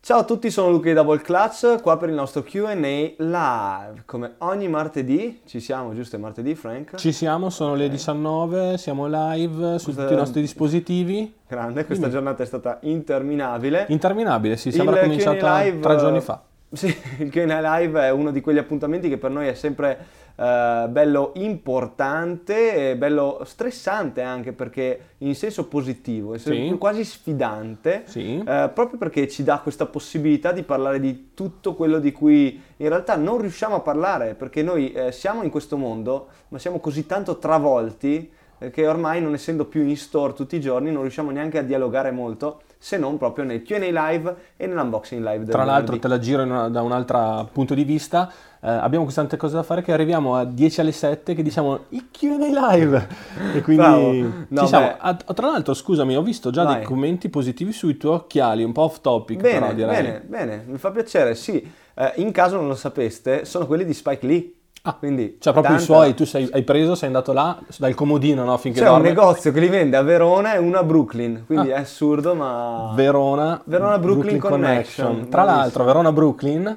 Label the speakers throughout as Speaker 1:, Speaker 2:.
Speaker 1: Ciao a tutti, sono Luca di Double Clutch, qua per il nostro Q&A live. Come ogni martedì, ci siamo, giusto? È martedì, Frank?
Speaker 2: Ci siamo, sono le 19, siamo live su tutti i nostri dispositivi.
Speaker 1: Grande, questa giornata è stata interminabile.
Speaker 2: Interminabile, sì, sembra cominciata
Speaker 1: live,
Speaker 2: 3 giorni fa.
Speaker 1: Sì, il Q&A live è uno di quegli appuntamenti che per noi è sempre bello importante e bello stressante anche, perché in senso positivo,
Speaker 2: Sì.
Speaker 1: quasi sfidante,
Speaker 2: Sì.
Speaker 1: proprio perché ci dà questa possibilità di parlare di tutto quello di cui in realtà non riusciamo a parlare, perché noi siamo in questo mondo, ma siamo così tanto travolti che ormai, non essendo più in store tutti i giorni, non riusciamo neanche a dialogare molto, se non proprio nel Q&A live e nell'unboxing live del
Speaker 2: Tra l'altro
Speaker 1: venerdì.
Speaker 2: te la giro da un altro punto di vista, abbiamo così tante cose da fare che arriviamo a 10 alle 7 che diciamo il Q&A live e quindi
Speaker 1: Bravo. No,
Speaker 2: ci siamo.
Speaker 1: beh.
Speaker 2: Tra l'altro scusami, ho visto già
Speaker 1: Vai.
Speaker 2: dei commenti positivi sui tuoi occhiali, un po' off topic
Speaker 1: Bene,
Speaker 2: però direi.
Speaker 1: bene, mi fa piacere, sì. In caso non lo sapeste, sono quelli di Spike Lee.
Speaker 2: Ah,
Speaker 1: Quindi
Speaker 2: cioè proprio
Speaker 1: tanta-
Speaker 2: i suoi, tu sei andato là dal comodino, no, finché
Speaker 1: C'è un
Speaker 2: dorme.
Speaker 1: negozio che li vende a Verona e uno a Brooklyn, quindi è assurdo, ma...
Speaker 2: Verona
Speaker 1: Brooklyn Connection.
Speaker 2: Tra l'altro Verona Brooklyn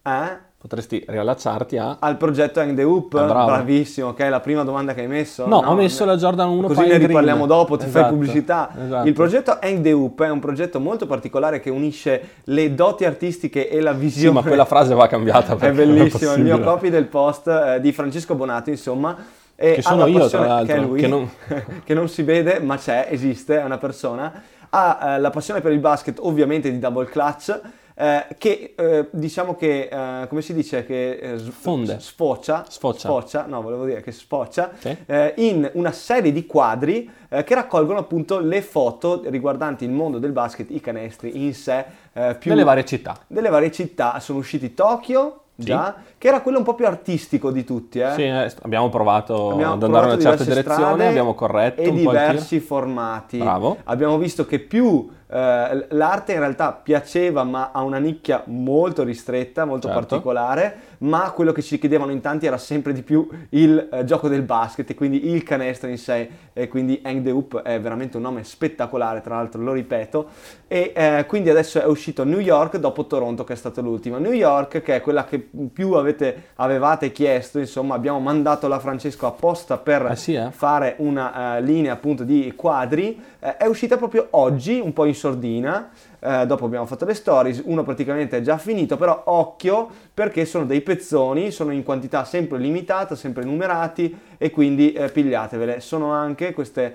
Speaker 2: potresti riallacciarti a...
Speaker 1: Al progetto Hang the Hoop,
Speaker 2: bravo.
Speaker 1: bravissimo, che è la prima domanda che hai messo.
Speaker 2: No, ho messo la Jordan 1
Speaker 1: Così
Speaker 2: Pine
Speaker 1: ne
Speaker 2: Green.
Speaker 1: riparliamo dopo, ti fai
Speaker 2: Esatto,
Speaker 1: pubblicità.
Speaker 2: esatto.
Speaker 1: Il progetto Hang the Hoop è un progetto molto particolare che unisce le doti artistiche e la
Speaker 2: Sì,
Speaker 1: visione.
Speaker 2: ma quella frase va cambiata
Speaker 1: È
Speaker 2: perché non
Speaker 1: bellissimo, il mio
Speaker 2: possibile.
Speaker 1: copy del post di Francesco Bonato, insomma. E
Speaker 2: Che sono
Speaker 1: ha la
Speaker 2: io,
Speaker 1: passione-
Speaker 2: tra l'altro,
Speaker 1: che è lui,
Speaker 2: che non-
Speaker 1: che non si vede, ma c'è, esiste, è una persona. Ha la passione per il basket, ovviamente di Double Clutch, che diciamo che, come si dice, che
Speaker 2: Fonde.
Speaker 1: sfocia, no, volevo dire che sfocia,
Speaker 2: Sì.
Speaker 1: in una serie di quadri che raccolgono appunto le foto riguardanti il mondo del basket, i canestri in sé, più
Speaker 2: Nelle varie città.
Speaker 1: delle varie città. Sono usciti Tokyo, già, che era quello un po' più artistico di tutti,
Speaker 2: Sì, abbiamo provato
Speaker 1: Abbiamo
Speaker 2: ad andare in una
Speaker 1: provato
Speaker 2: certa
Speaker 1: diverse
Speaker 2: direzione,
Speaker 1: strade
Speaker 2: abbiamo corretto
Speaker 1: e
Speaker 2: un po' il
Speaker 1: diversi
Speaker 2: tiro.
Speaker 1: formati.
Speaker 2: Bravo.
Speaker 1: Abbiamo visto che più l'arte in realtà piaceva, ma a una nicchia molto ristretta, molto
Speaker 2: Certo.
Speaker 1: particolare, ma quello che ci chiedevano in tanti era sempre di più il gioco del basket e quindi il canestro in sé, e quindi Hang the Hoop è veramente un nome spettacolare, tra l'altro lo ripeto, e quindi adesso è uscito New York dopo Toronto, che è stato l'ultimo. New York, che è quella che più avevate chiesto, insomma abbiamo mandato la Francesco apposta per
Speaker 2: Sì,
Speaker 1: fare una linea appunto di quadri, è uscita proprio oggi, un po' in sordina, dopo abbiamo fatto le stories, uno praticamente è già finito, però occhio perché sono dei pezzoni, sono in quantità sempre limitata, sempre numerati, e quindi pigliatevele. Sono anche queste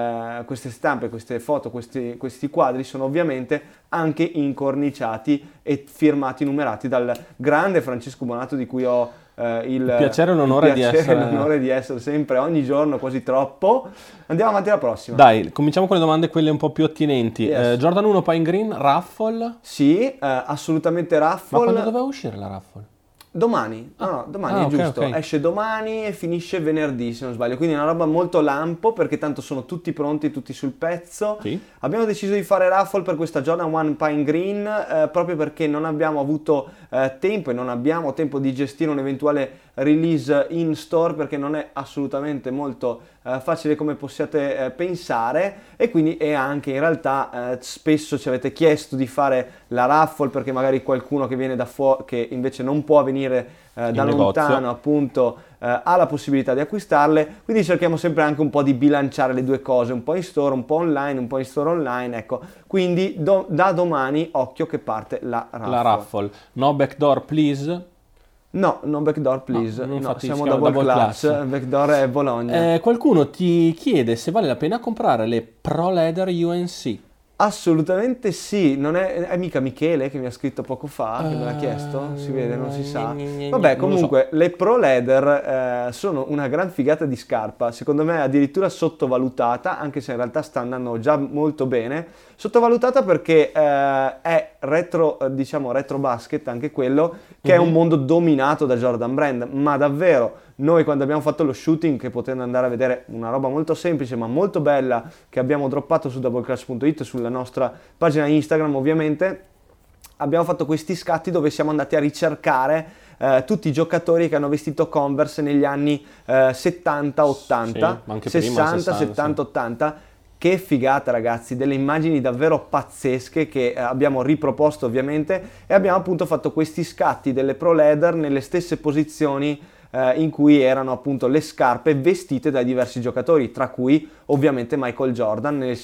Speaker 1: stampe, queste foto, questi quadri sono ovviamente anche incorniciati e firmati, numerati dal grande Francesco Bonato, di cui ho il
Speaker 2: piacere e l'onore di essere-
Speaker 1: l'onore di essere sempre, ogni giorno, quasi troppo. Andiamo avanti alla prossima.
Speaker 2: Dai, cominciamo con le domande quelle un po' più attinenti.
Speaker 1: Yes.
Speaker 2: Jordan 1 Pine Green, raffle.
Speaker 1: Sì, assolutamente
Speaker 2: Ma
Speaker 1: raffle.
Speaker 2: quando doveva uscire la raffle?
Speaker 1: Domani, no, domani è
Speaker 2: ok,
Speaker 1: giusto,
Speaker 2: ok.
Speaker 1: esce domani e finisce venerdì se non sbaglio, quindi è una roba molto lampo perché tanto sono tutti pronti, tutti sul pezzo.
Speaker 2: Sì.
Speaker 1: Abbiamo deciso di fare raffle per questa Jordan 1 Pine Green proprio perché non abbiamo avuto tempo e non abbiamo tempo di gestire un eventuale release in store, perché non è assolutamente molto facile come possiate pensare, e quindi è anche in realtà spesso ci avete chiesto di fare la raffle perché magari qualcuno che viene da fuori, che invece non può venire da
Speaker 2: In
Speaker 1: lontano,
Speaker 2: negozio.
Speaker 1: appunto ha la possibilità di acquistarle, quindi cerchiamo sempre anche un po' di bilanciare le due cose, un po' in store, un po' online, un po' in store online, ecco, quindi da domani occhio che parte la raffle.
Speaker 2: La raffle. No backdoor, please.
Speaker 1: No, non backdoor please,
Speaker 2: No,
Speaker 1: no,
Speaker 2: infatti
Speaker 1: siamo
Speaker 2: si chiama
Speaker 1: double
Speaker 2: double
Speaker 1: clutch,
Speaker 2: clutch.
Speaker 1: backdoor è Bologna.
Speaker 2: Qualcuno ti chiede se vale la pena comprare le Pro Leather UNC.
Speaker 1: Assolutamente sì, non è mica Michele che mi ha scritto poco fa, che me l'ha chiesto, si vede, non si sa. Vabbè,
Speaker 2: non lo
Speaker 1: comunque le Pro Leather sono una gran figata di scarpa, secondo me addirittura sottovalutata, anche se in realtà sta andando già molto bene. Sottovalutata perché è retro basket, anche quello, che è un mondo dominato da Jordan Brand, ma davvero. Noi quando abbiamo fatto lo shooting, che potete andare a vedere, una roba molto semplice ma molto bella, che abbiamo droppato su doubleclash.it, sulla nostra pagina Instagram ovviamente, abbiamo fatto questi scatti dove siamo andati a ricercare tutti i giocatori che hanno vestito Converse negli anni 70-80,
Speaker 2: Sì, ma anche prima,
Speaker 1: 60,
Speaker 2: 60,
Speaker 1: 70, 80, Che figata ragazzi, delle immagini davvero pazzesche che abbiamo riproposto ovviamente, e abbiamo appunto fatto questi scatti delle Pro Leather nelle stesse posizioni in cui erano appunto le scarpe vestite dai diversi giocatori, tra cui ovviamente Michael Jordan nel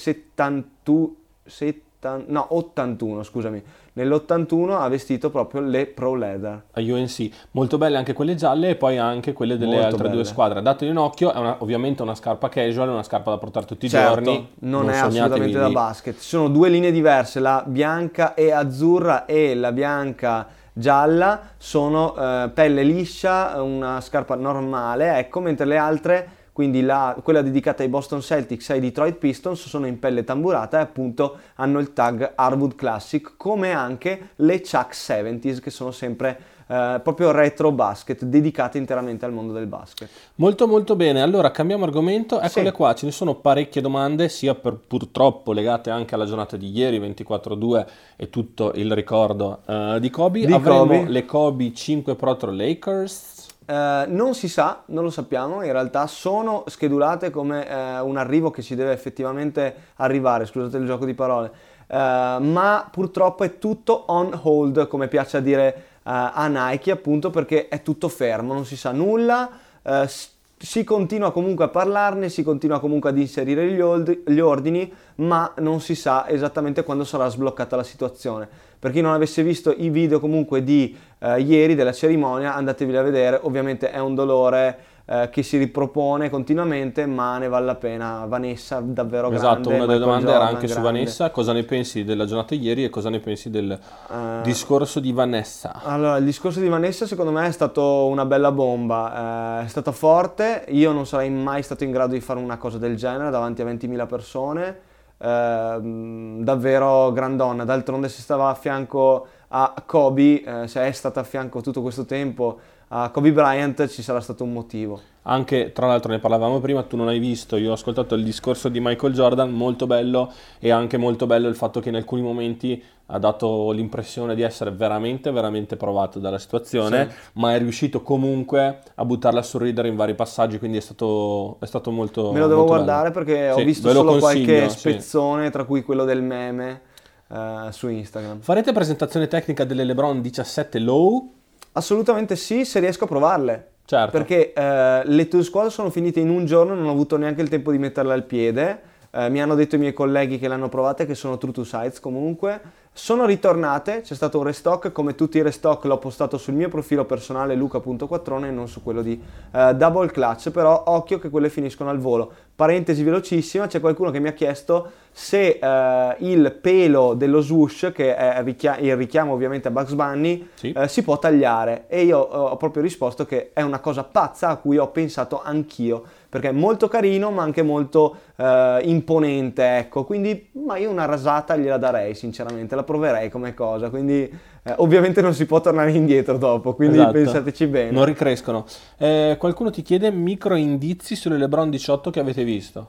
Speaker 1: 81, scusami, nell'81 ha vestito proprio le Pro Leather.
Speaker 2: A UNC, molto belle anche quelle gialle e poi anche quelle delle
Speaker 1: Molto
Speaker 2: altre
Speaker 1: belle.
Speaker 2: due squadre. Dategli un occhio, è ovviamente una scarpa casual, una scarpa da portare tutti i
Speaker 1: Certo,
Speaker 2: giorni.
Speaker 1: non è
Speaker 2: sognatevi
Speaker 1: assolutamente da basket. Ci sono due linee diverse, la bianca e azzurra e la bianca gialla sono pelle liscia, una scarpa normale, ecco, mentre le altre, quindi quella dedicata ai Boston Celtics e ai Detroit Pistons, sono in pelle tamburata e appunto hanno il tag Hardwood Classic, come anche le Chuck 70s, che sono sempre proprio retro basket, dedicate interamente al mondo del basket.
Speaker 2: Molto molto bene, allora cambiamo argomento, eccole
Speaker 1: Sì.
Speaker 2: qua, ce ne sono parecchie domande, sia purtroppo legate anche alla giornata di ieri, 24-2, e tutto il ricordo di Kobe. Avremo
Speaker 1: Kobe.
Speaker 2: le Kobe 5 Pro Lakers.
Speaker 1: Non si sa, non lo sappiamo, in realtà sono schedulate come un arrivo che ci deve effettivamente arrivare, scusate il gioco di parole, ma purtroppo è tutto on hold, come piace a dire a Nike, appunto perché è tutto fermo, non si sa nulla, si continua comunque a parlarne, si continua comunque ad inserire gli ordini, ma non si sa esattamente quando sarà sbloccata la situazione. Per chi non avesse visto i video comunque di ieri della cerimonia, andatevi a vedere, ovviamente è un dolore che si ripropone continuamente, ma ne vale la pena. Vanessa, davvero grande.
Speaker 2: Esatto, una delle
Speaker 1: Michael
Speaker 2: domande
Speaker 1: Jordan,
Speaker 2: era anche su
Speaker 1: grande.
Speaker 2: Vanessa, cosa ne pensi della giornata ieri e cosa ne pensi del discorso di Vanessa?
Speaker 1: Allora, il discorso di Vanessa secondo me è stato una bella bomba, è stata forte, io non sarei mai stato in grado di fare una cosa del genere davanti a 20.000 persone, davvero grandonna, d'altronde se stava a fianco a Kobe, se è stata a fianco tutto questo tempo a Kobe Bryant, ci sarà stato un motivo.
Speaker 2: Anche, tra l'altro ne parlavamo prima, tu non hai visto, io ho ascoltato il discorso di Michael Jordan, molto bello, e anche molto bello il fatto che in alcuni momenti ha dato l'impressione di essere veramente, veramente provato dalla situazione,
Speaker 1: Sì.
Speaker 2: ma è riuscito comunque a buttarla a sorridere in vari passaggi, quindi è stato molto
Speaker 1: Me lo devo
Speaker 2: molto
Speaker 1: guardare
Speaker 2: bello.
Speaker 1: perché ho
Speaker 2: Sì,
Speaker 1: visto
Speaker 2: ve lo
Speaker 1: solo
Speaker 2: consiglio,
Speaker 1: qualche
Speaker 2: sì.
Speaker 1: spezzone, tra cui quello del meme su Instagram.
Speaker 2: Farete presentazione tecnica delle LeBron 17 Low?
Speaker 1: Assolutamente sì, se riesco a provarle.
Speaker 2: Certo.
Speaker 1: Perché le Two Squad sono finite in un giorno, non ho avuto neanche il tempo di metterle al piede. Mi hanno detto i miei colleghi che le hanno provate, che sono True to Size comunque. Sono ritornate, c'è stato un restock, come tutti i restock l'ho postato sul mio profilo personale luca.quattrone e non su quello di Double Clutch, però occhio che quelle finiscono al volo. Parentesi velocissima, c'è qualcuno che mi ha chiesto se il pelo dello swoosh, che è il richiamo ovviamente a Bugs Bunny,
Speaker 2: Sì.
Speaker 1: si può tagliare, e io ho proprio risposto che è una cosa pazza a cui ho pensato anch'io, perché è molto carino ma anche molto imponente, ecco, quindi ma io una rasata gliela darei sinceramente, la proverei come cosa, quindi ovviamente non si può tornare indietro dopo, quindi
Speaker 2: Esatto.
Speaker 1: pensateci bene.
Speaker 2: Non ricrescono. Qualcuno ti chiede micro indizi sulle LeBron 18 che avete visto?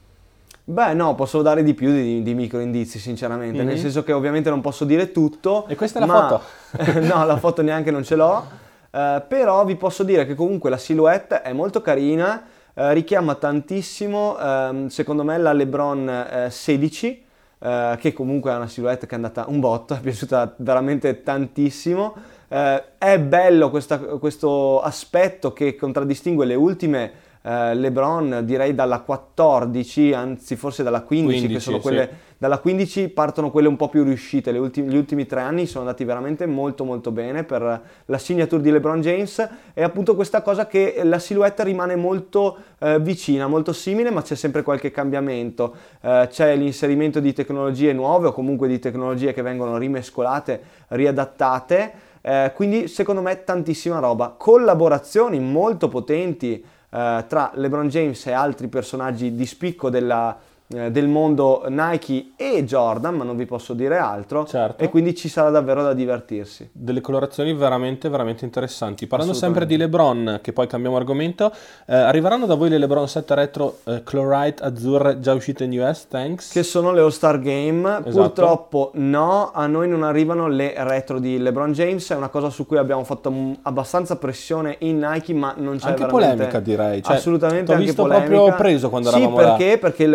Speaker 1: Beh no, posso dare di più di micro indizi sinceramente, nel senso che ovviamente non posso dire tutto.
Speaker 2: E questa è la
Speaker 1: ma...
Speaker 2: foto?
Speaker 1: No, la foto neanche non ce l'ho, però vi posso dire che comunque la silhouette è molto carina, richiama tantissimo secondo me la LeBron 16, che comunque è una silhouette che è andata un botto, è piaciuta veramente tantissimo. È bello questo aspetto che contraddistingue le ultime LeBron, direi dalla 14, anzi forse dalla 15, che sono quelle,
Speaker 2: sì.
Speaker 1: Dalla 15 partono quelle un po' più riuscite, gli ultimi 3 anni sono andati veramente molto molto bene per la signature di LeBron James, e appunto questa cosa che la silhouette rimane molto vicina, molto simile, ma c'è sempre qualche cambiamento, c'è l'inserimento di tecnologie nuove o comunque di tecnologie che vengono rimescolate, riadattate, quindi secondo me tantissima roba, collaborazioni molto potenti tra LeBron James e altri personaggi di spicco del mondo Nike e Jordan, ma non vi posso dire altro,
Speaker 2: Certo.
Speaker 1: e quindi ci sarà davvero da divertirsi.
Speaker 2: Delle colorazioni veramente, veramente interessanti. Parlando sempre di LeBron, che poi cambiamo argomento, arriveranno da voi le LeBron 7 Retro Chlorite azzurre già uscite in US, thanks?
Speaker 1: Che sono le All-Star Game,
Speaker 2: Esatto.
Speaker 1: Purtroppo no, a noi non arrivano le retro di LeBron James, è una cosa su cui abbiamo fatto abbastanza pressione in Nike, ma non c'è
Speaker 2: anche
Speaker 1: veramente...
Speaker 2: polemica direi, cioè,
Speaker 1: assolutamente
Speaker 2: t'ho
Speaker 1: anche
Speaker 2: visto
Speaker 1: polemica.
Speaker 2: proprio preso quando
Speaker 1: sì,
Speaker 2: eravamo là.
Speaker 1: perché le ho appena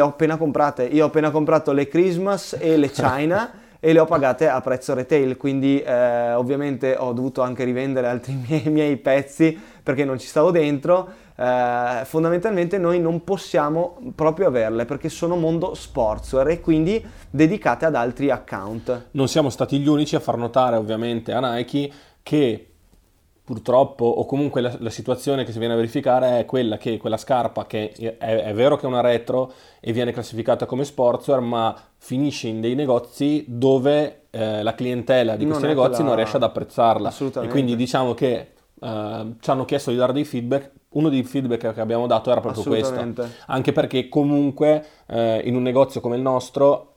Speaker 1: comprate. Io ho appena comprato le Christmas e le China e le ho pagate a prezzo retail, quindi ovviamente ho dovuto anche rivendere altri miei pezzi perché non ci stavo dentro. Fondamentalmente noi non possiamo proprio averle perché sono mondo sportswear e quindi dedicate ad altri account.
Speaker 2: Non siamo stati gli unici a far notare ovviamente a Nike che purtroppo, o comunque la situazione che si viene a verificare è quella che quella scarpa, che è vero che è una retro e viene classificata come sportswear, ma finisce in dei negozi dove la clientela di questi negozi non riesce ad apprezzarla. E quindi diciamo che ci hanno chiesto di dare dei feedback. Uno dei feedback che abbiamo dato era proprio questo, anche perché comunque in un negozio come il nostro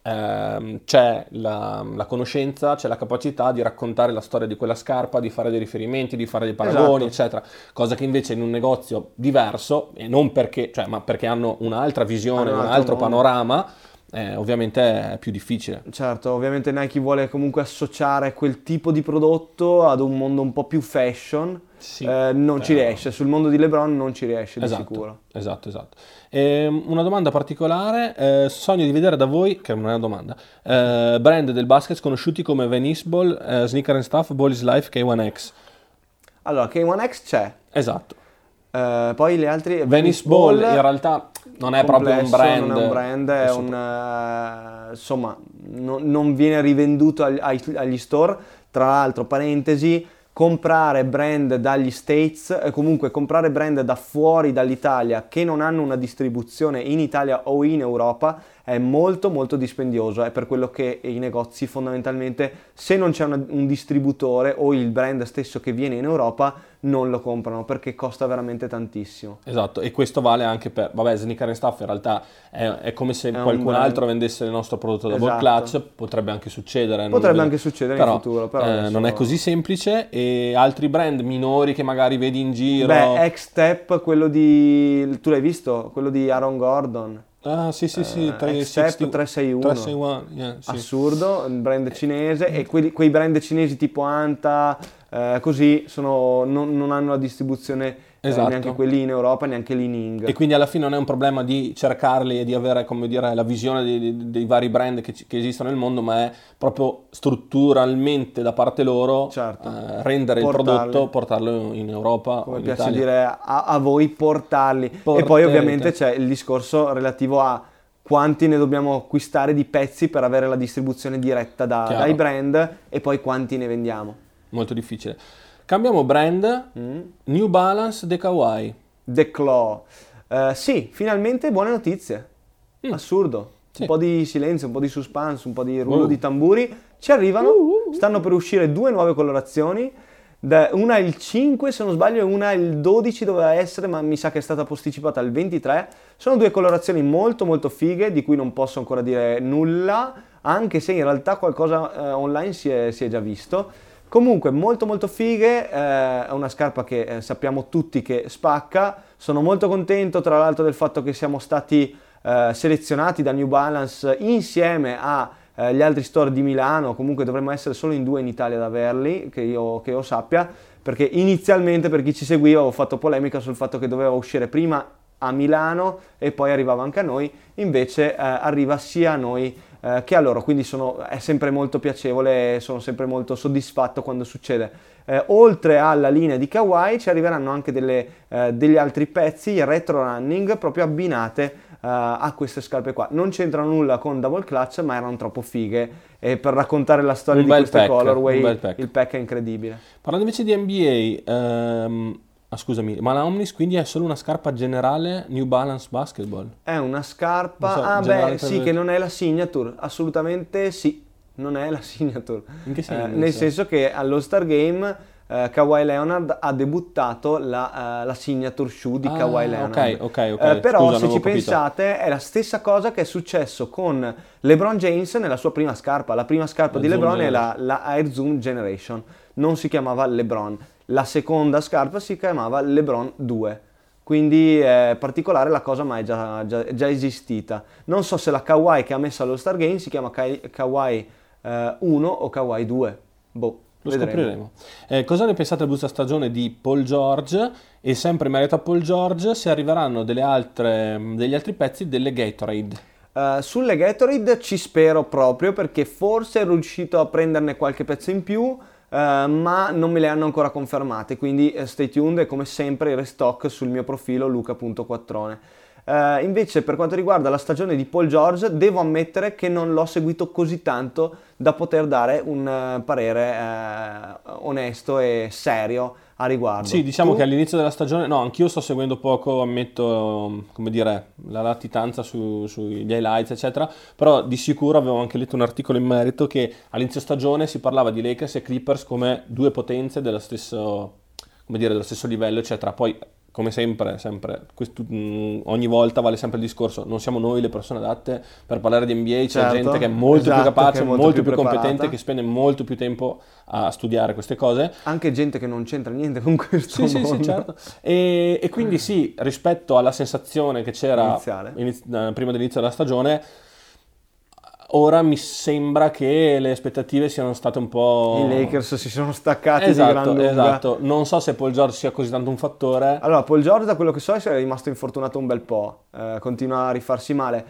Speaker 2: c'è la conoscenza, c'è la capacità di raccontare la storia di quella scarpa, di fare dei riferimenti, di fare dei paragoni, eccetera, cosa che invece in un negozio diverso, e non perché, ma perché hanno un'altra visione, un altro panorama, ovviamente è più difficile.
Speaker 1: Certo, ovviamente Nike vuole comunque associare quel tipo di prodotto ad un mondo un po' più fashion. Sì, non ci riesce, sul mondo di LeBron non ci riesce di sicuro.
Speaker 2: Esatto. Una domanda particolare, sogno di vedere da voi, che non è una domanda, brand del basket sconosciuti come Venice Ball, Sneaker and Stuff, Ball is Life, K1X.
Speaker 1: Allora, K1X c'è.
Speaker 2: Esatto.
Speaker 1: Poi le altre...
Speaker 2: Venice Ball in realtà non è proprio un brand.
Speaker 1: Non è un brand, è un... insomma, non viene rivenduto agli store. Tra l'altro, parentesi, comprare brand dagli States, comunque comprare brand da fuori dall'Italia che non hanno una distribuzione in Italia o in Europa è molto molto dispendioso. È per quello che i negozi fondamentalmente, se non c'è un distributore o il brand stesso che viene in Europa, non lo comprano perché costa veramente tantissimo.
Speaker 2: Esatto, e questo vale anche per, Sneaker and Stuff in realtà è come se qualcun altro vendesse il nostro prodotto da Ball Clutch, potrebbe anche succedere.
Speaker 1: Potrebbe succedere in futuro, però adesso...
Speaker 2: non è così semplice. E altri brand minori che magari vedi in giro?
Speaker 1: X-Step, quello di... tu l'hai visto? Quello di Aaron Gordon.
Speaker 2: Ah sì,
Speaker 1: X-Step 361,
Speaker 2: yeah, sì.
Speaker 1: Assurdo, un brand cinese, e quei brand cinesi tipo Anta, così non hanno la distribuzione, neanche quelli in Europa, neanche lì in Ing.
Speaker 2: E quindi alla fine non è un problema di cercarli e di avere, come dire, la visione dei vari brand che esistono nel mondo, ma è proprio strutturalmente da parte loro, rendere il prodotto, portarlo in Europa,
Speaker 1: come
Speaker 2: in
Speaker 1: piace
Speaker 2: Italia.
Speaker 1: dire a voi, portarli. E poi ovviamente c'è il discorso relativo a quanti ne dobbiamo acquistare di pezzi per avere la distribuzione diretta dai brand, e poi quanti ne vendiamo.
Speaker 2: Molto difficile. Cambiamo brand, New Balance The Kawhi.
Speaker 1: The Claw. Sì, finalmente buone notizie. Assurdo.
Speaker 2: Sì.
Speaker 1: Un po' di silenzio, un po' di suspense, un po' di rullo di tamburi. Ci arrivano. Stanno per uscire 2 nuove colorazioni. Una il 5 se non sbaglio e una il 12 doveva essere, ma mi sa che è stata posticipata al 23. Sono 2 colorazioni molto molto fighe, di cui non posso ancora dire nulla, anche se in realtà qualcosa online si è già visto. Comunque molto molto fighe, è una scarpa che sappiamo tutti che spacca. Sono molto contento tra l'altro del fatto che siamo stati selezionati da New Balance insieme agli altri store di Milano. Comunque dovremmo essere solo in 2 in Italia ad averli, che io sappia, perché inizialmente, per chi ci seguiva, ho fatto polemica sul fatto che doveva uscire prima a Milano e poi arrivava anche a noi, invece arriva sia a noi che a loro, quindi è sempre molto piacevole e sono sempre molto soddisfatto quando succede. Oltre alla linea di Kawhi ci arriveranno anche degli altri pezzi retro running proprio abbinate a queste scarpe qua. Non c'entrano nulla con Double Clutch, ma erano troppo fighe, e per raccontare la storia di queste colorway il pack è incredibile.
Speaker 2: Parlando invece di NBA, scusami, ma la Omnis quindi è solo una scarpa generale New Balance Basketball?
Speaker 1: È una scarpa, che non è la signature, assolutamente sì, non è la signature.
Speaker 2: In che senso?
Speaker 1: Nel senso che all'All-Star Game Kawhi Leonard ha debuttato la signature shoe di Kawhi Leonard.
Speaker 2: Ok.
Speaker 1: Però
Speaker 2: Scusa,
Speaker 1: se ci pensate è la stessa cosa che è successo con LeBron James nella sua prima scarpa. La prima scarpa di LeBron è la Air Zoom Generation, non si chiamava LeBron. La seconda scarpa si chiamava LeBron 2, quindi è particolare la cosa, ma è già esistita. Non so se la Kawhi che ha messo allo Star Game si chiama Kawhi 1 o Kawhi 2,
Speaker 2: lo scopriremo. Cosa ne pensate della busta stagione di Paul George? E sempre in merito a Paul George, se arriveranno degli altri pezzi delle Gatorade?
Speaker 1: Sulle Gatorade ci spero proprio, perché forse è riuscito a prenderne qualche pezzo in più, ma non me le hanno ancora confermate, quindi stay tuned, e come sempre il restock sul mio profilo luca.quattrone. Invece per quanto riguarda la stagione di Paul George, devo ammettere che non l'ho seguito così tanto da poter dare un parere onesto e serio a riguardo.
Speaker 2: Sì, diciamo
Speaker 1: Tu?
Speaker 2: che all'inizio della stagione, no, anch'io sto seguendo poco, ammetto, come dire, la latitanza sugli highlights, eccetera, però di sicuro avevo anche letto un articolo in merito che all'inizio stagione si parlava di Lakers e Clippers come due potenze dello stesso, come dire, dello stesso livello, eccetera. Poi, come sempre, ogni volta vale sempre il discorso, non siamo noi le persone adatte per parlare di NBA, c'è
Speaker 1: Certo,
Speaker 2: gente che è molto più
Speaker 1: esatto,
Speaker 2: capace,
Speaker 1: che è molto
Speaker 2: molto
Speaker 1: più
Speaker 2: più competente,
Speaker 1: preparata.
Speaker 2: che spende molto più tempo a studiare queste cose.
Speaker 1: Anche gente che non c'entra niente con questo
Speaker 2: Sì,
Speaker 1: mondo.
Speaker 2: sì, certo. E quindi sì, rispetto alla sensazione che c'era
Speaker 1: Iniziale.
Speaker 2: prima dell'inizio della stagione, ora mi sembra che le aspettative siano state un po'...
Speaker 1: I Lakers si sono staccati di gran
Speaker 2: Esatto,
Speaker 1: lunga.
Speaker 2: esatto. Non so se Paul George sia così tanto un fattore.
Speaker 1: Allora, Paul George, da quello che so, è rimasto infortunato un bel po', continua a rifarsi male.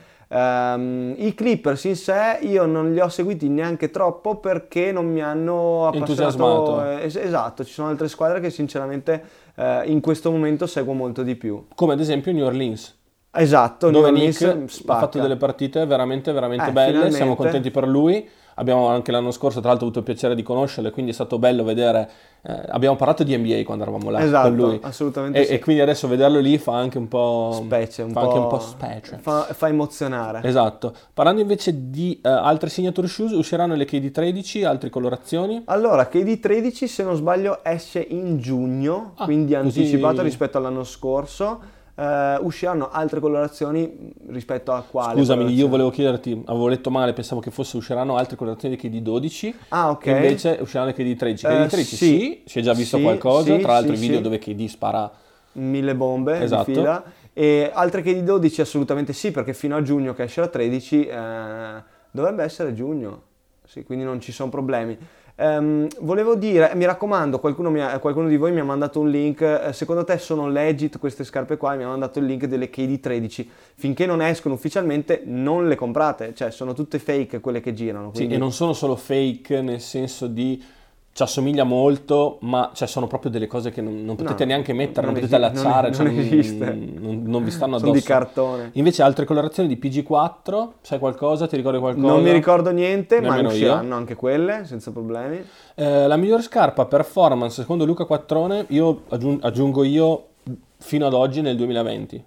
Speaker 1: I Clippers in sé io non li ho seguiti neanche troppo, perché non mi hanno appassionato.
Speaker 2: Entusiasmato.
Speaker 1: Esatto, ci sono altre squadre che sinceramente in questo momento seguo molto di più.
Speaker 2: Come ad esempio New Orleans,
Speaker 1: Esatto,
Speaker 2: dove
Speaker 1: New
Speaker 2: Nick
Speaker 1: Orleans
Speaker 2: ha
Speaker 1: spacca.
Speaker 2: fatto delle partite veramente, veramente belle.
Speaker 1: Finalmente.
Speaker 2: Siamo contenti per lui. Abbiamo anche l'anno scorso, tra l'altro, avuto il piacere di conoscerlo, e quindi è stato bello vedere. Abbiamo parlato di NBA quando eravamo là
Speaker 1: Esatto,
Speaker 2: con lui.
Speaker 1: assolutamente sì.
Speaker 2: E quindi adesso vederlo lì fa anche un po'.
Speaker 1: Specie,
Speaker 2: fa anche un po' specie.
Speaker 1: Fa emozionare.
Speaker 2: Esatto. Parlando invece di altre signature shoes, usciranno le KD13, altre colorazioni.
Speaker 1: Allora, KD13, se non sbaglio, esce in giugno,
Speaker 2: Ah,
Speaker 1: quindi
Speaker 2: così-
Speaker 1: anticipato rispetto all'anno scorso. Usciranno altre colorazioni rispetto a quale?
Speaker 2: Scusami, io
Speaker 1: colorazione?
Speaker 2: volevo chiederti, avevo letto male, pensavo che usciranno altre colorazioni di KD12.
Speaker 1: Ah, ok.
Speaker 2: E invece usciranno le KD13. KD13
Speaker 1: sì.
Speaker 2: sì, si è già visto
Speaker 1: Sì,
Speaker 2: qualcosa,
Speaker 1: sì,
Speaker 2: tra l'altro
Speaker 1: sì,
Speaker 2: i video
Speaker 1: sì.
Speaker 2: dove KD spara.
Speaker 1: 1000 bombe
Speaker 2: Esatto.
Speaker 1: di fila. E altre KD12 assolutamente sì, perché fino a giugno, che esce la 13, dovrebbe essere giugno. Sì, quindi non ci sono problemi. Volevo dire, mi raccomando, qualcuno di voi mi ha mandato un link, secondo te sono legit queste scarpe qua? Mi ha mandato il link delle KD13. Finché non escono ufficialmente non le comprate, cioè sono tutte fake quelle che girano.
Speaker 2: Sì,
Speaker 1: Quindi...
Speaker 2: e non sono solo fake nel senso di ci assomiglia molto, ma cioè, sono proprio delle cose che non potete
Speaker 1: No,
Speaker 2: neanche mettere, non
Speaker 1: non
Speaker 2: potete allacciare,
Speaker 1: non esiste.
Speaker 2: non vi stanno
Speaker 1: Sono
Speaker 2: addosso.
Speaker 1: di cartone.
Speaker 2: Invece altre colorazioni di PG4, sai qualcosa? Ti ricordi qualcosa?
Speaker 1: Non mi ricordo niente, ma
Speaker 2: Nemmeno
Speaker 1: usciranno anche quelle, senza problemi.
Speaker 2: La migliore scarpa performance secondo Luca Quattrone, io aggiungo io fino ad oggi nel 2020.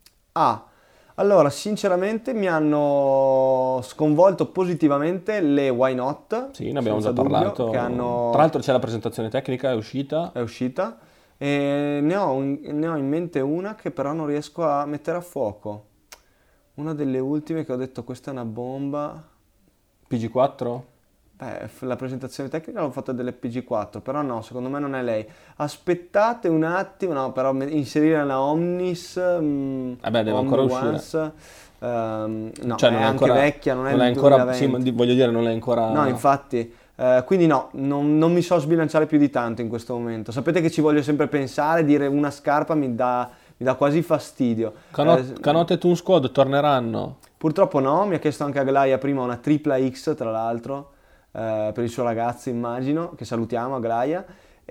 Speaker 1: Allora, sinceramente mi hanno sconvolto positivamente le Why Not.
Speaker 2: Sì, ne abbiamo
Speaker 1: senza
Speaker 2: già
Speaker 1: dubbio,
Speaker 2: parlato.
Speaker 1: che hanno...
Speaker 2: Tra l'altro c'è la presentazione tecnica, è uscita.
Speaker 1: è uscita. E ne ho in mente una che però non riesco a mettere a fuoco. Una delle ultime che ho detto questa è una bomba.
Speaker 2: PG4?
Speaker 1: Beh, la presentazione tecnica l'ho fatta delle PG4, però no, secondo me non è lei. Aspettate un attimo, no, però inserire la Omnis,
Speaker 2: Vabbè, deve ancora
Speaker 1: Omni
Speaker 2: uscire.
Speaker 1: Once, no,
Speaker 2: Cioè,
Speaker 1: è
Speaker 2: non è
Speaker 1: anche
Speaker 2: ancora,
Speaker 1: vecchia, non è
Speaker 2: non è
Speaker 1: del
Speaker 2: ancora,
Speaker 1: 2020.
Speaker 2: sì, ma voglio dire, non è ancora...
Speaker 1: No, infatti, quindi no, non mi so sbilanciare più di tanto in questo momento. Sapete che ci voglio sempre pensare, dire una scarpa mi dà quasi fastidio.
Speaker 2: Canotte e Toon Squad torneranno.
Speaker 1: Purtroppo no, mi ha chiesto anche Aglaia prima una tripla X, tra l'altro, per il suo ragazzo immagino, che salutiamo Aglaia,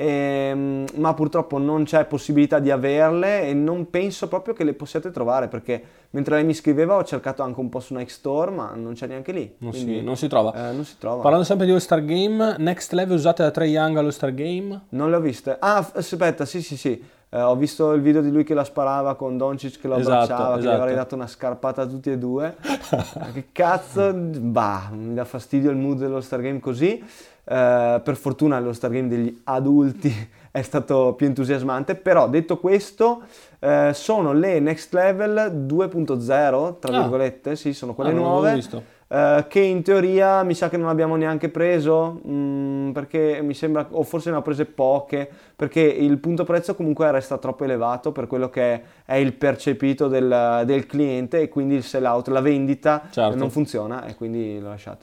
Speaker 1: ma purtroppo non c'è possibilità di averle e non penso proprio che le possiate trovare, perché mentre lei mi scriveva ho cercato anche un po' su Nike Store, ma non c'è neanche lì.
Speaker 2: Non
Speaker 1: quindi,
Speaker 2: si trova.
Speaker 1: non si trova.
Speaker 2: Parlando sempre di All-Star Game, Next Level usate da Trae Young all'All-Star Game?
Speaker 1: Non le ho viste. Aspetta, sì. Ho visto il video di lui che la sparava con Doncic che lo abbracciava, che gli avrei dato una scarpata a tutti e due. Che cazzo, mi dà fastidio il mood dello Star Game così. Per fortuna lo Star Game degli adulti è stato più entusiasmante, però detto questo, sono le Next Level 2.0, tra virgolette, sì, sono quelle
Speaker 2: non
Speaker 1: nuove.
Speaker 2: l'avevo visto.
Speaker 1: Che in teoria mi sa che non abbiamo neanche preso, perché mi sembra, o forse ne ho prese poche, perché il punto prezzo comunque resta troppo elevato per quello che è il percepito del cliente, e quindi il sell out, la vendita
Speaker 2: Certo.
Speaker 1: non funziona e quindi lo lasciate.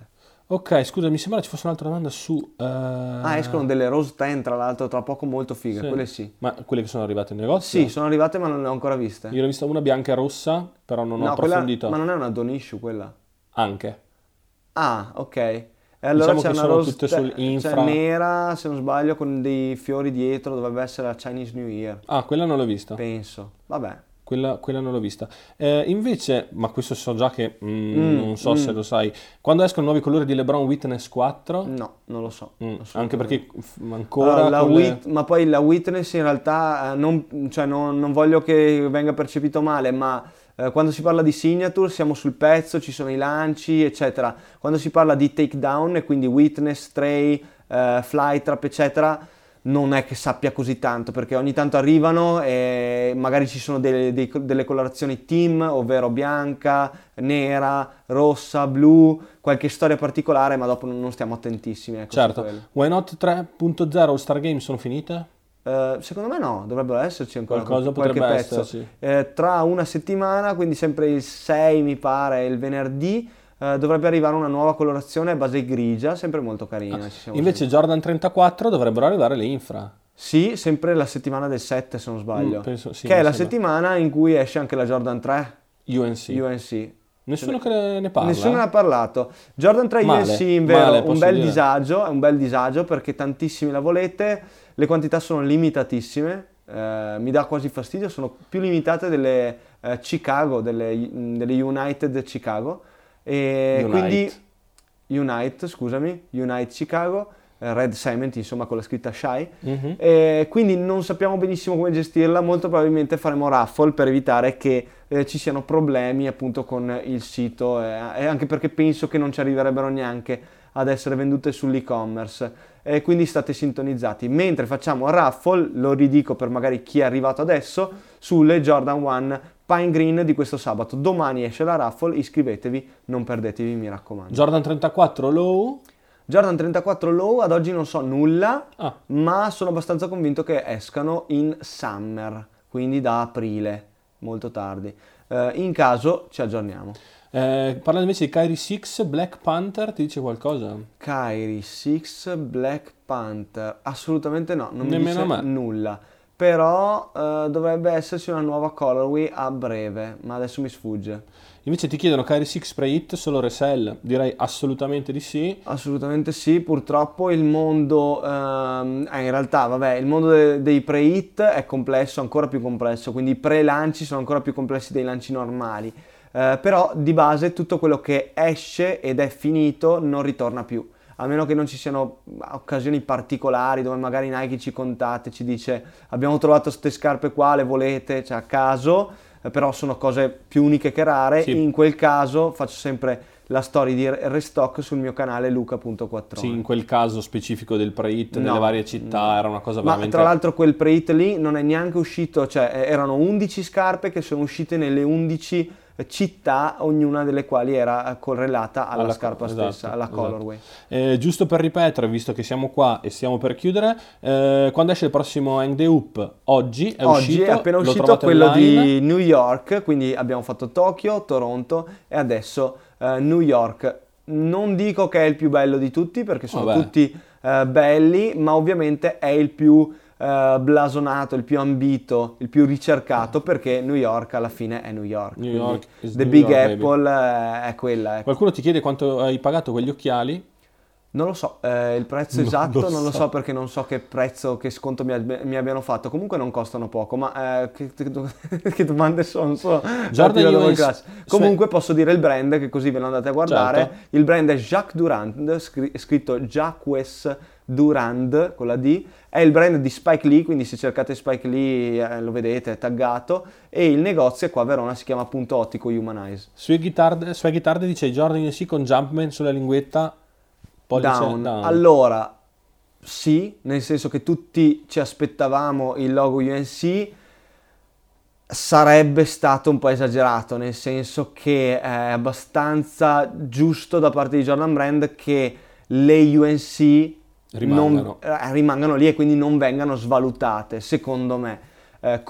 Speaker 2: Ok, scusa, mi sembra ci fosse un'altra domanda su...
Speaker 1: Escono delle Rose 10 tra l'altro tra poco, molto fighe,
Speaker 2: sì.
Speaker 1: quelle sì.
Speaker 2: Ma quelle che sono arrivate in negozio?
Speaker 1: Sì, sono arrivate ma non le ho ancora viste.
Speaker 2: Io ne ho vista una bianca e rossa, però non ho
Speaker 1: No, quella,
Speaker 2: approfondito.
Speaker 1: ma non è una Don Issue quella.
Speaker 2: Anche.
Speaker 1: Ah, ok. E allora
Speaker 2: Diciamo
Speaker 1: c'è
Speaker 2: che
Speaker 1: una
Speaker 2: sono
Speaker 1: Rose
Speaker 2: tutte
Speaker 1: c'è
Speaker 2: sull'infra.
Speaker 1: nera, se non sbaglio, con dei fiori dietro, dovrebbe essere la Chinese New Year,
Speaker 2: Ah, quella non l'ho vista.
Speaker 1: penso. Vabbè.
Speaker 2: Quella non l'ho vista. Invece, ma questo so già che non so se lo sai, quando escono nuovi colori di LeBron Witness 4,
Speaker 1: No, non lo so.
Speaker 2: anche
Speaker 1: assolutamente.
Speaker 2: perché ancora
Speaker 1: La
Speaker 2: con le-
Speaker 1: ma poi la Witness in realtà non voglio che venga percepito male, ma quando si parla di signature siamo sul pezzo, ci sono i lanci, eccetera. Quando si parla di takedown e quindi Witness, Stray, Flytrap, eccetera, non è che sappia così tanto, perché ogni tanto arrivano e magari ci sono delle colorazioni team, ovvero bianca, nera, rossa, blu, qualche storia particolare, ma dopo non stiamo attentissimi, ecco, su
Speaker 2: Certo,
Speaker 1: quello.
Speaker 2: Why Not 3.0 All Star Games sono finite?
Speaker 1: Secondo me no, dovrebbero esserci ancora
Speaker 2: Qualcosa
Speaker 1: qualche
Speaker 2: potrebbe
Speaker 1: pezzo.
Speaker 2: esserci.
Speaker 1: Tra una settimana, quindi sempre il 6 mi pare, il venerdì, dovrebbe arrivare una nuova colorazione a base grigia, sempre molto carina. Ci siamo
Speaker 2: Invece Jordan 34 dovrebbero arrivare le infra.
Speaker 1: Sì, sempre la settimana del 7 se non sbaglio,
Speaker 2: penso- sì,
Speaker 1: che è
Speaker 2: mi
Speaker 1: la
Speaker 2: sembra.
Speaker 1: settimana in cui esce anche la Jordan 3
Speaker 2: UNC.
Speaker 1: UNC.
Speaker 2: Nessuno che ne parla.
Speaker 1: Nessuno ne ha parlato. Jordan 3
Speaker 2: Male,
Speaker 1: UNC in
Speaker 2: male,
Speaker 1: vero un
Speaker 2: posso
Speaker 1: bel
Speaker 2: dire.
Speaker 1: disagio, è un bel disagio perché tantissimi la volete, le quantità sono limitatissime, mi dà quasi fastidio, sono più limitate delle Chicago, delle United Chicago, e
Speaker 2: Unite.
Speaker 1: quindi Unite Chicago, Red Cement insomma con la scritta Shy, e quindi non sappiamo benissimo come gestirla, molto probabilmente faremo raffle per evitare che ci siano problemi appunto con il sito, e anche perché penso che non ci arriverebbero neanche ad essere vendute sull'e-commerce, e quindi state sintonizzati. Mentre facciamo raffle, lo ridico per magari chi è arrivato adesso, sulle Jordan 1 Pine Green di questo sabato. Domani esce la raffle, iscrivetevi, non perdetevi, mi raccomando.
Speaker 2: Jordan 34 low.
Speaker 1: Jordan 34 Low ad oggi non so nulla,
Speaker 2: Ah.
Speaker 1: ma sono abbastanza convinto che escano in summer, quindi da aprile, molto tardi. In caso ci aggiorniamo.
Speaker 2: Parlando invece di Kyrie 6 Black Panther, ti dice qualcosa?
Speaker 1: Kyrie 6 Black Panther, assolutamente no, non mi
Speaker 2: Nemmeno
Speaker 1: dice
Speaker 2: a me.
Speaker 1: nulla. Però dovrebbe esserci una nuova colorway a breve, ma adesso mi sfugge.
Speaker 2: Invece ti chiedono Kyrie 6 Spray It solo resell? Direi assolutamente di sì.
Speaker 1: Assolutamente sì, purtroppo il mondo, in realtà vabbè, il mondo dei pre-hit è complesso, ancora più complesso, quindi i pre-lanci sono ancora più complessi dei lanci normali, però di base tutto quello che esce ed è finito non ritorna più, a meno che non ci siano occasioni particolari dove magari Nike ci contatta e ci dice abbiamo trovato queste scarpe qua, le volete, cioè a caso, però sono cose più uniche che rare.
Speaker 2: Sì.
Speaker 1: In quel caso faccio sempre la story di restock sul mio canale luca.4.
Speaker 2: Sì, in quel caso specifico del pre-hit nelle
Speaker 1: No,
Speaker 2: varie città era una cosa
Speaker 1: Ma
Speaker 2: veramente...
Speaker 1: tra l'altro quel pre-hit lì non è neanche uscito, cioè erano 11 scarpe che sono uscite nelle 11 città, ognuna delle quali era correlata alla scarpa
Speaker 2: esatto,
Speaker 1: stessa, alla
Speaker 2: esatto.
Speaker 1: colorway.
Speaker 2: Giusto per ripetere, visto che siamo qua e stiamo per chiudere, quando esce il prossimo Hang the Hoop? Oggi è
Speaker 1: Oggi
Speaker 2: uscito,
Speaker 1: è appena
Speaker 2: lo
Speaker 1: uscito
Speaker 2: trovate
Speaker 1: quello
Speaker 2: online.
Speaker 1: di New York, quindi abbiamo fatto Tokyo, Toronto e adesso New York. Non dico che è il più bello di tutti perché sono
Speaker 2: Vabbè.
Speaker 1: tutti belli, ma ovviamente è il più blasonato, il più ambito, il più ricercato, perché New York alla fine è New York.
Speaker 2: New York
Speaker 1: Quindi
Speaker 2: is
Speaker 1: The
Speaker 2: New
Speaker 1: Big
Speaker 2: York, baby.
Speaker 1: Apple è quella. Ecco.
Speaker 2: Qualcuno ti chiede quanto hai pagato quegli occhiali?
Speaker 1: Non lo so, il prezzo
Speaker 2: Non
Speaker 1: esatto
Speaker 2: lo
Speaker 1: non lo
Speaker 2: so.
Speaker 1: so perché non so che prezzo, che sconto mi abbiano fatto. Comunque non costano poco, ma che domande sono?
Speaker 2: Jordan
Speaker 1: Tiro da
Speaker 2: UNC
Speaker 1: classe. Comunque posso dire il brand, che così ve lo andate a guardare.
Speaker 2: Certo.
Speaker 1: Il brand è Jacques Durand, scritto Jacques Durand con la D. È il brand di Spike Lee, quindi se cercate Spike Lee lo vedete, è taggato. E il negozio qua a Verona si chiama appunto Ottico Humanize.
Speaker 2: Swaggy Tard dice Jordan UNC con Jumpman sulla linguetta, pollice
Speaker 1: Down.
Speaker 2: down.
Speaker 1: Allora, sì, nel senso che tutti ci aspettavamo il logo UNC, sarebbe stato un po' esagerato, nel senso che è abbastanza giusto da parte di Jordan Brand che le UNC rimangano lì e quindi non vengano svalutate, secondo me.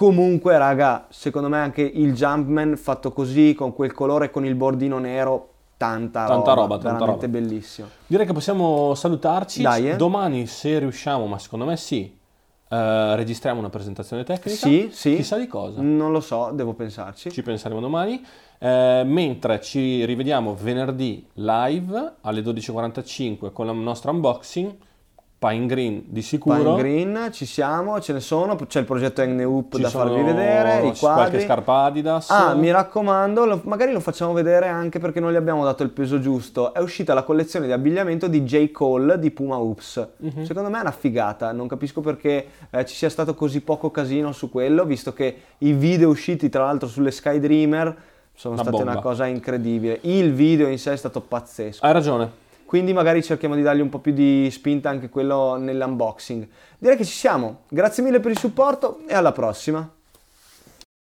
Speaker 1: Comunque, raga, secondo me anche il Jumpman fatto così, con quel colore, con il bordino nero, tanta
Speaker 2: Tanta
Speaker 1: roba,
Speaker 2: roba, tanta
Speaker 1: veramente
Speaker 2: roba.
Speaker 1: bellissimo.
Speaker 2: Direi che possiamo salutarci.
Speaker 1: Dai,
Speaker 2: Domani, se riusciamo, ma secondo me sì, registriamo una presentazione tecnica.
Speaker 1: Sì, sì.
Speaker 2: Chissà di cosa.
Speaker 1: Non lo so, devo pensarci.
Speaker 2: Ci penseremo domani. Mentre ci rivediamo venerdì live alle 12:45 con la nostra unboxing. Pine Green di sicuro.
Speaker 1: Pine Green, ci siamo, ce ne sono, c'è il progetto Hoop
Speaker 2: Ci
Speaker 1: da
Speaker 2: sono
Speaker 1: farvi vedere, i
Speaker 2: qualche
Speaker 1: quadri.
Speaker 2: scarpa Adidas.
Speaker 1: Ah, mi raccomando, magari lo facciamo vedere anche perché non gli abbiamo dato il peso giusto. È uscita la collezione di abbigliamento di J. Cole di Puma Hoops. Secondo me è una figata, non capisco perché ci sia stato così poco casino su quello, visto che i video usciti tra l'altro sulle Skydreamer sono
Speaker 2: Una
Speaker 1: state
Speaker 2: bomba.
Speaker 1: una cosa incredibile. Il video in sé è stato pazzesco.
Speaker 2: Hai ragione.
Speaker 1: Quindi magari cerchiamo di dargli un po' più di spinta anche quello nell'unboxing. Direi che ci siamo. Grazie mille per il supporto e alla prossima.